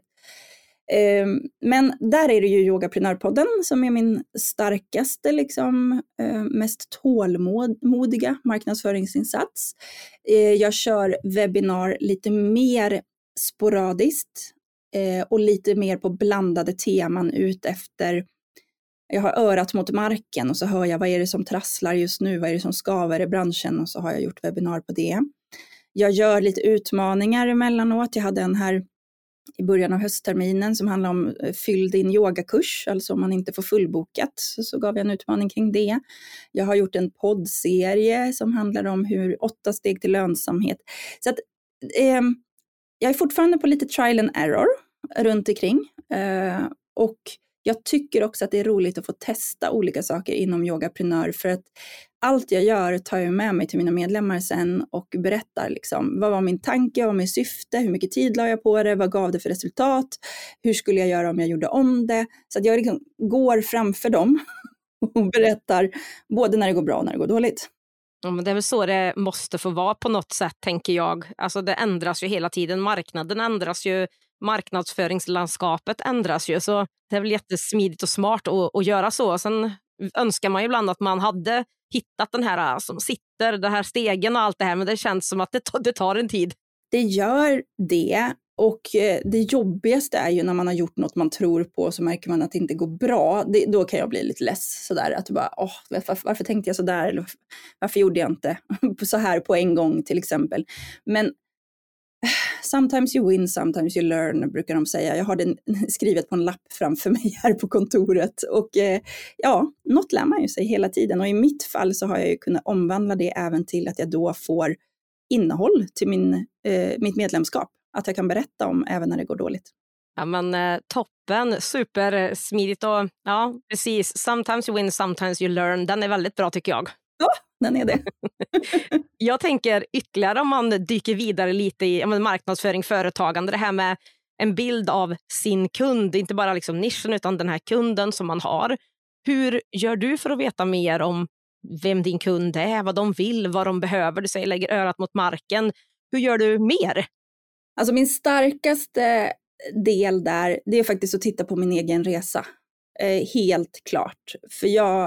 Eh, men där är det ju Yogaprenörpodden som är min starkaste, liksom, eh, mest tålmodiga marknadsföringsinsats. Eh, jag kör webbinar lite mer sporadiskt eh, och lite mer på blandade teman ut efter. Jag har örat mot marken och så hör jag vad är det som trasslar just nu, vad är det som skaver i branschen, och så har jag gjort webbinar på det. Jag gör lite utmaningar emellanåt. Jag hade en här i början av höstterminen som handlar om fyll din yogakurs, alltså om man inte får fullbokat så, så gav jag en utmaning kring det. Jag har gjort en poddserie som handlar om hur åtta steg till lönsamhet. Så att eh, jag är fortfarande på lite trial and error runt omkring eh, och jag tycker också att det är roligt att få testa olika saker inom Yogaprenör, för att allt jag gör tar jag med mig till mina medlemmar sen och berättar liksom, vad var min tanke, vad var min syfte, hur mycket tid la jag på det, vad gav det för resultat, hur skulle jag göra om jag gjorde om det. Så att jag liksom går framför dem och berättar både när det går bra och när det går dåligt. Ja, men det är väl så det måste få vara på något sätt, tänker jag. Alltså det ändras ju hela tiden, marknaden ändras ju, marknadsföringslandskapet ändras ju, så det är väl jättesmidigt och smart att, att göra så. Sen önskar man ju ibland att man hade hittat den här som sitter, det här stegen och allt det här, men det känns som att det, det tar en tid. Det gör det, och det jobbigaste är ju när man har gjort något man tror på och så märker man att det inte går bra. Det, då kan jag bli lite less sådär, att bara, åh, varför, varför tänkte jag sådär, eller varför gjorde jag inte så här på en gång till exempel. Men sometimes you win, sometimes you learn, brukar de säga. Jag har den skrivet på en lapp framför mig här på kontoret. Och eh, ja, något lär man ju sig hela tiden. Och i mitt fall så har jag ju kunnat omvandla det även till att jag då får innehåll till min, eh, mitt medlemskap. Att jag kan berätta om även när det går dåligt. Ja, men eh, toppen, supersmidigt och ja, precis. Sometimes you win, sometimes you learn. Den är väldigt bra tycker jag. Ja, den är det. Jag tänker ytterligare om man dyker vidare lite i ja, marknadsföring, företagande, det här med en bild av sin kund, inte bara liksom nischen utan den här kunden som man har. Hur gör du för att veta mer om vem din kund är, vad de vill, vad de behöver? Du säger lägger örat mot marken. Hur gör du mer? Alltså min starkaste del där, det är faktiskt att titta på min egen resa. Eh, helt klart. För jag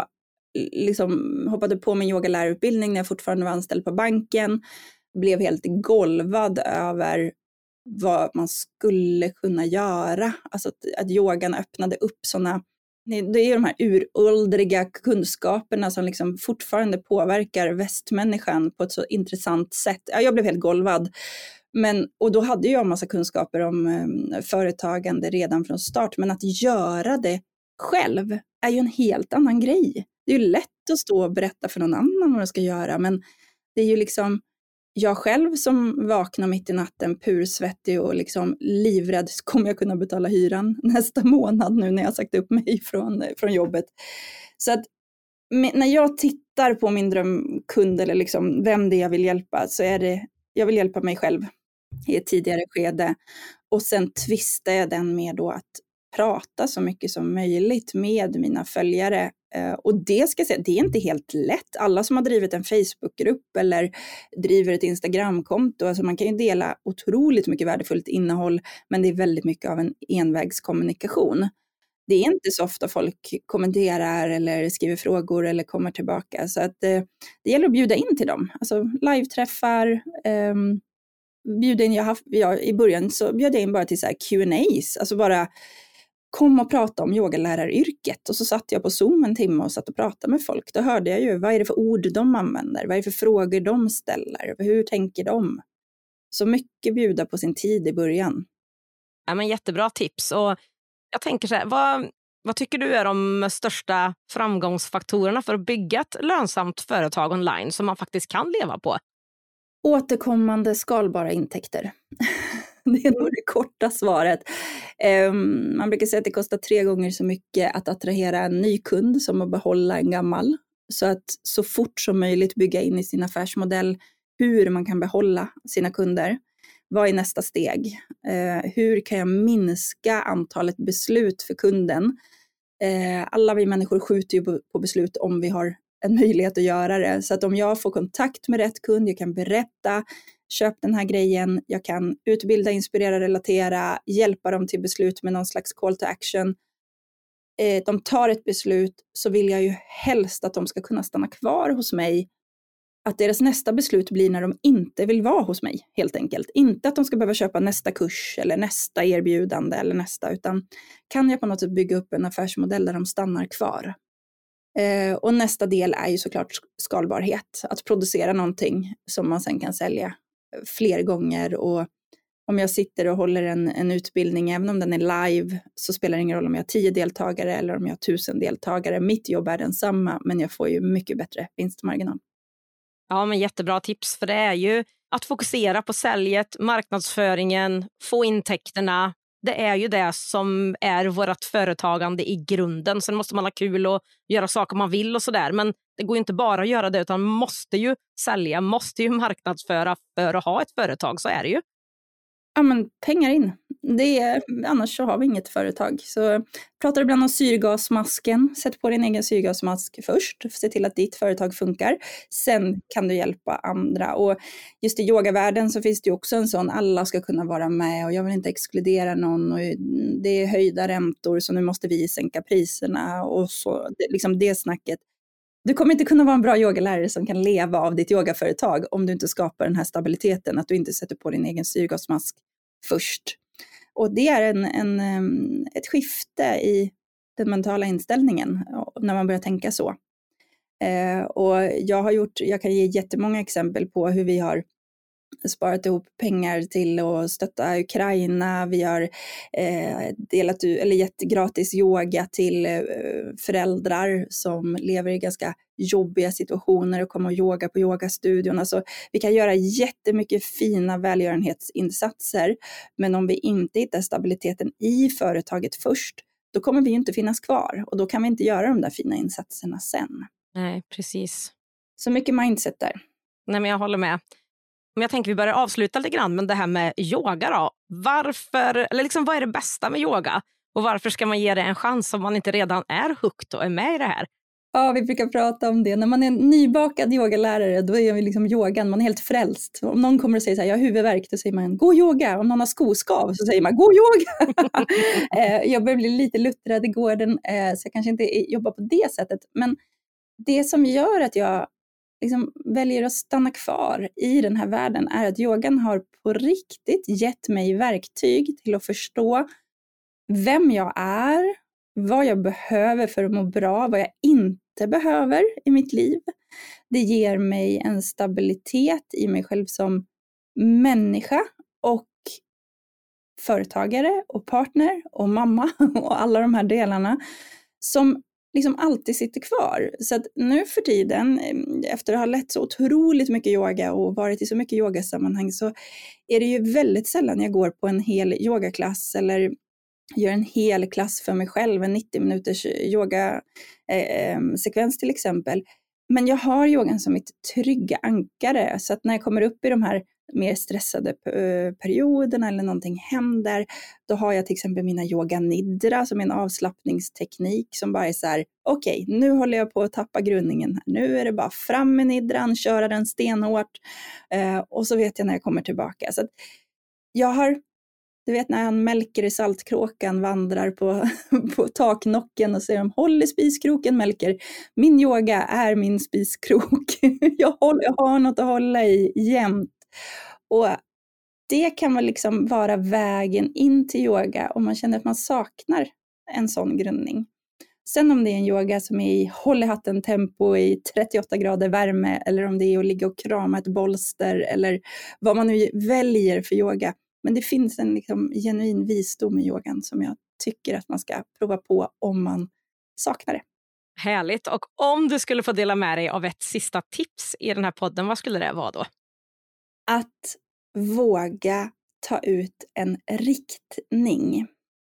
liksom hoppade på min yogalärarutbildning när jag fortfarande var anställd på banken. Blev helt golvad över vad man skulle kunna göra. Alltså att, att yogan öppnade upp sådana, det är de här uråldriga kunskaperna som liksom fortfarande påverkar västmänniskan på ett så intressant sätt. Ja, jag blev helt golvad. Men, och då hade jag en massa kunskaper om um, företagande redan från start. Men att göra det själv är ju en helt annan grej. Det är ju lätt att stå och berätta för någon annan vad man ska göra. Men det är ju liksom jag själv som vaknar mitt i natten pursvettig och liksom livrädd. Kommer jag kunna betala hyran nästa månad nu när jag sagt upp mig från, från jobbet? Så att när jag tittar på min drömkund eller liksom vem det är jag vill hjälpa, så är det, jag vill hjälpa mig själv i ett tidigare skede. Och sen twistar jag den med då att prata så mycket som möjligt med mina följare. Och det ska jag säga, det är inte helt lätt. Alla som har drivit en Facebookgrupp eller driver ett Instagramkonto, alltså man kan ju dela otroligt mycket värdefullt innehåll, men det är väldigt mycket av en envägskommunikation. Det är inte så ofta folk kommenterar eller skriver frågor eller kommer tillbaka. Så att det, det gäller att bjuda in till dem. Alltså live-träffar, um, bjuda in, jag haft, jag, i början så bjöd jag in bara till så här Q and A's, alltså bara kom och prata om yogaläraryrket. Och så satt jag på Zoom en timme och satt och pratade med folk. Då hörde jag ju, vad är det för ord de använder? Vad är det för frågor de ställer? Hur tänker de? Så mycket bjuda på sin tid i början. Ja, men jättebra tips. Och jag tänker så här, vad, vad tycker du är de största framgångsfaktorerna för att bygga ett lönsamt företag online som man faktiskt kan leva på? Återkommande skalbara intäkter. Det är nog det korta svaret. Um, man brukar säga att det kostar tre gånger så mycket att attrahera en ny kund som att behålla en gammal. Så att så fort som möjligt bygga in i sin affärsmodell hur man kan behålla sina kunder. Vad är nästa steg? Uh, hur kan jag minska antalet beslut för kunden? Uh, alla vi människor skjuter ju på, på beslut om vi har en möjlighet att göra det. Så att om jag får kontakt med rätt kund, jag kan berätta, köp den här grejen, jag kan utbilda, inspirera, relatera, hjälpa dem till beslut med någon slags call to action. Eh, de tar ett beslut, så vill jag ju helst att de ska kunna stanna kvar hos mig. Att deras nästa beslut blir när de inte vill vara hos mig, helt enkelt. Inte att de ska behöva köpa nästa kurs eller nästa erbjudande eller nästa, utan kan jag på något sätt bygga upp en affärsmodell där de stannar kvar. Eh, och nästa del är ju såklart skalbarhet. Att producera någonting som man sen kan sälja fler gånger. Och om jag sitter och håller en, en utbildning, även om den är live, så spelar det ingen roll om jag har tio deltagare eller om jag har tusen deltagare. Mitt jobb är densamma, men jag får ju mycket bättre vinstmarginal. Ja, men jättebra tips, för det är ju att fokusera på säljet, marknadsföringen, få intäkterna. Det är ju det som är vårt företagande i grunden. Sen måste man ha kul och göra saker man vill och sådär. Men det går ju inte bara att göra det, utan man måste ju sälja, måste ju marknadsföra för att ha ett företag. Så är det ju. Ja, men pengar in. Det är, annars så har vi inget företag. Så jag pratar ibland om syrgasmasken. Sätt på din egen syrgasmask först. Se till att ditt företag funkar. Sen kan du hjälpa andra. Och just i yogavärlden så finns det ju också en sån, alla ska kunna vara med och jag vill inte exkludera någon. Och det är höjda räntor så nu måste vi sänka priserna. Och så, liksom det snacket. Du kommer inte kunna vara en bra yogalärare som kan leva av ditt yogaföretag om du inte skapar den här stabiliteten, att du inte sätter på din egen syrgasmask först. Och det är en, en, ett skifte i den mentala inställningen när man börjar tänka så. Eh, och jag har gjort, jag kan ge jättemånga exempel på hur vi har sparat ihop pengar till att stötta Ukraina. Vi har eh, delat ut, eller gett gratis yoga till eh, föräldrar som lever i ganska jobbiga situationer och kommer och yoga på yogastudion. Alltså, vi kan göra jättemycket fina välgörenhetsinsatser, men om vi inte hittar stabiliteten i företaget först, då kommer vi ju inte finnas kvar och då kan vi inte göra de där fina insatserna sen. Nej, precis. Så mycket mindset där. Nej, men jag håller med. Men jag tänker vi börjar avsluta lite grann med det här med yoga då. Varför, eller liksom vad är det bästa med yoga? Och varför ska man ge det en chans om man inte redan är hooked och är med i det här? Ja, vi brukar prata om det. När man är en nybakad yogalärare, då är vi liksom yogan, man är helt frälst. Om någon kommer och säger så här, jag har huvudvärk, då säger man, gå yoga. Om någon har skoskav så säger man, gå yoga. Jag börjar bli lite luttrad i gården, så jag kanske inte jobbar på det sättet. Men det som gör att jag liksom väljer att stanna kvar i den här världen är att yogan har på riktigt gett mig verktyg till att förstå vem jag är, vad jag behöver för att må bra, vad jag inte behöver i mitt liv. Det ger mig en stabilitet i mig själv som människa och företagare och partner och mamma och alla de här delarna som liksom alltid sitter kvar. Så att nu för tiden, efter att ha lett så otroligt mycket yoga och varit i så mycket yogasammanhang, så är det ju väldigt sällan jag går på en hel yogaklass eller gör en hel klass för mig själv, en nittio minuters yogasekvens till exempel. Men jag har yogan som mitt trygga ankare, så att när jag kommer upp i de här mer stressade perioderna eller någonting händer, då har jag till exempel mina yoga nidra som är en avslappningsteknik som bara är så här: okej, okay, nu håller jag på att tappa grundningen här. Nu är det bara fram med nidran, köra den stenhårt eh, och så vet jag när jag kommer tillbaka. Så att jag har, du vet när han Melker i Saltkråkan vandrar på, på taknocken och säger de håll i spiskroken Melker. Min yoga är min spiskrok. jag, håller, jag har något att hålla i jämt. Och det kan väl liksom vara vägen in till yoga om man känner att man saknar en sån grundning. Sen om det är en yoga som är i håll i hatten tempo i trettioåtta grader värme, eller om det är att ligga och krama ett bolster eller vad man nu väljer för yoga. Men det finns en liksom genuin visdom i yogan som jag tycker att man ska prova på om man saknar det. Härligt. Och om du skulle få dela med dig av ett sista tips i den här podden, vad skulle det vara då? Att våga ta ut en riktning.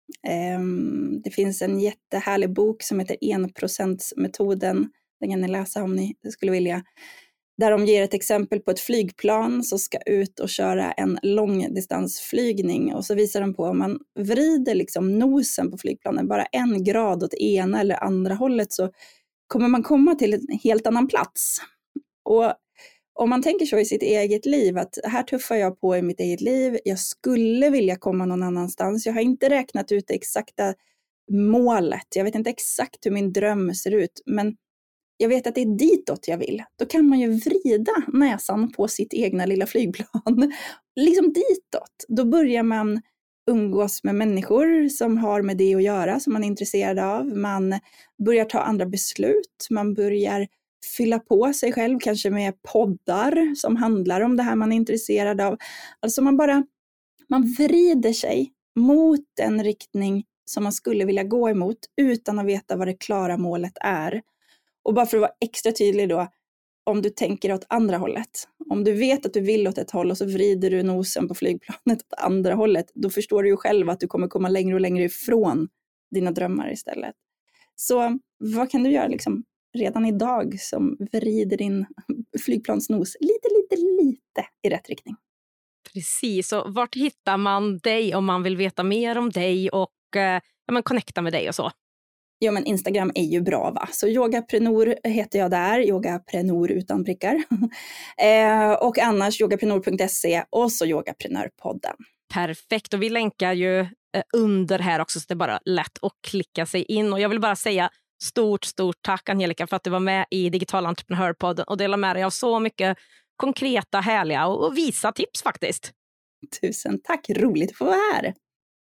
Det finns en jättehärlig bok som heter en procent-metoden. Den kan ni läsa om ni skulle vilja. Där de ger ett exempel på ett flygplan som ska ut och köra en långdistansflygning. Och så visar de på om man vrider liksom nosen på flygplanen bara en grad åt ena eller andra hållet, så kommer man komma till en helt annan plats. Och om man tänker så i sitt eget liv, att här tuffar jag på i mitt eget liv, jag skulle vilja komma någon annanstans, jag har inte räknat ut det exakta målet, jag vet inte exakt hur min dröm ser ut, men jag vet att det är ditåt jag vill. Då kan man ju vrida näsan på sitt egna lilla flygplan, liksom ditåt. Då börjar man umgås med människor som har med det att göra, som man är intresserad av, man börjar ta andra beslut, man börjar fylla på sig själv, kanske med poddar som handlar om det här man är intresserad av. Alltså man bara, man vrider sig mot en riktning som man skulle vilja gå emot utan att veta vad det klara målet är. Och bara för att vara extra tydlig då, om du tänker åt andra hållet. Om du vet att du vill åt ett håll och så vrider du nosen på flygplanet åt andra hållet, då förstår du ju själv att du kommer komma längre och längre ifrån dina drömmar istället. Så vad kan du göra liksom redan idag som vrider din flygplansnos lite, lite, lite i rätt riktning? Precis, och vart hittar man dig om man vill veta mer om dig och eh, ja, men connecta med dig och så? Ja, men Instagram är ju bra, va? Så yogaprenor heter jag där, yogaprenor utan prickar. eh, och annars yogaprenor punkt se och så yogaprenörpodden. Perfekt, och vi länkar ju eh, under här också så det är bara lätt att klicka sig in. Och jag vill bara säga stort, stort tack Angelica för att du var med i Digital Entreprenörpodden och delade med dig av så mycket konkreta, härliga och, och visa tips faktiskt. Tusen tack, roligt att få vara här.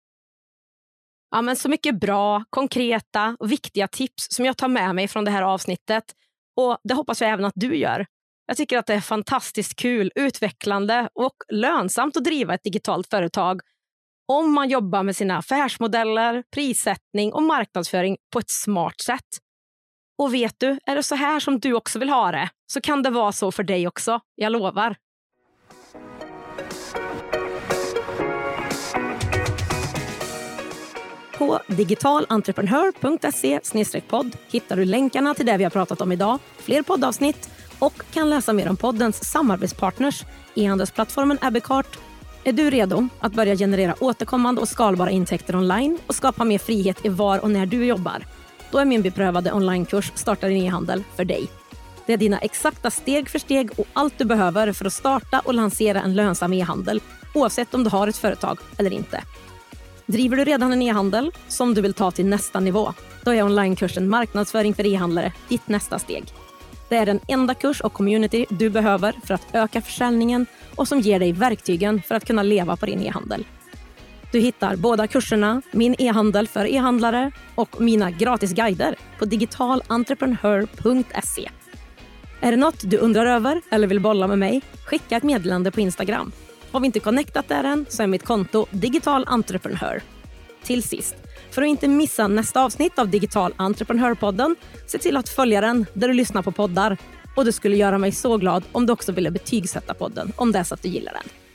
Ja, men så mycket bra, konkreta och viktiga tips som jag tar med mig från det här avsnittet. Och det hoppas jag även att du gör. Jag tycker att det är fantastiskt kul, utvecklande och lönsamt att driva ett digitalt företag om man jobbar med sina affärsmodeller, prissättning och marknadsföring på ett smart sätt. Och vet du, är det så här som du också vill ha det, så kan det vara så för dig också, jag lovar. På digitalentreprenör punkt se slash podd hittar du länkarna till det vi har pratat om idag, fler poddavsnitt och kan läsa mer om poddens samarbetspartners, e-handelsplattformen Abbeycart. Är du redo att börja generera återkommande och skalbara intäkter online och skapa mer frihet i var och när du jobbar? Då är min beprövade onlinekurs Starta din e-handel för dig. Det är dina exakta steg för steg och allt du behöver för att starta och lansera en lönsam e-handel, oavsett om du har ett företag eller inte. Driver du redan en e-handel som du vill ta till nästa nivå, då är onlinekursen Marknadsföring för e-handlare ditt nästa steg. Det är den enda kurs och community du behöver för att öka försäljningen och som ger dig verktygen för att kunna leva på din e-handel. Du hittar båda kurserna, min e-handel för e-handlare och mina gratis guider på digital entreprenör punkt se. Är det något du undrar över eller vill bolla med mig? Skicka ett meddelande på Instagram. Har vi inte connectat där än så är mitt konto Digital Entreprenör. Till sist, för att inte missa nästa avsnitt av Digital Entreprenörpodden, se till att följa den där du lyssnar på poddar. Och det skulle göra mig så glad om du också ville betygsätta podden om det är så att du gillar den.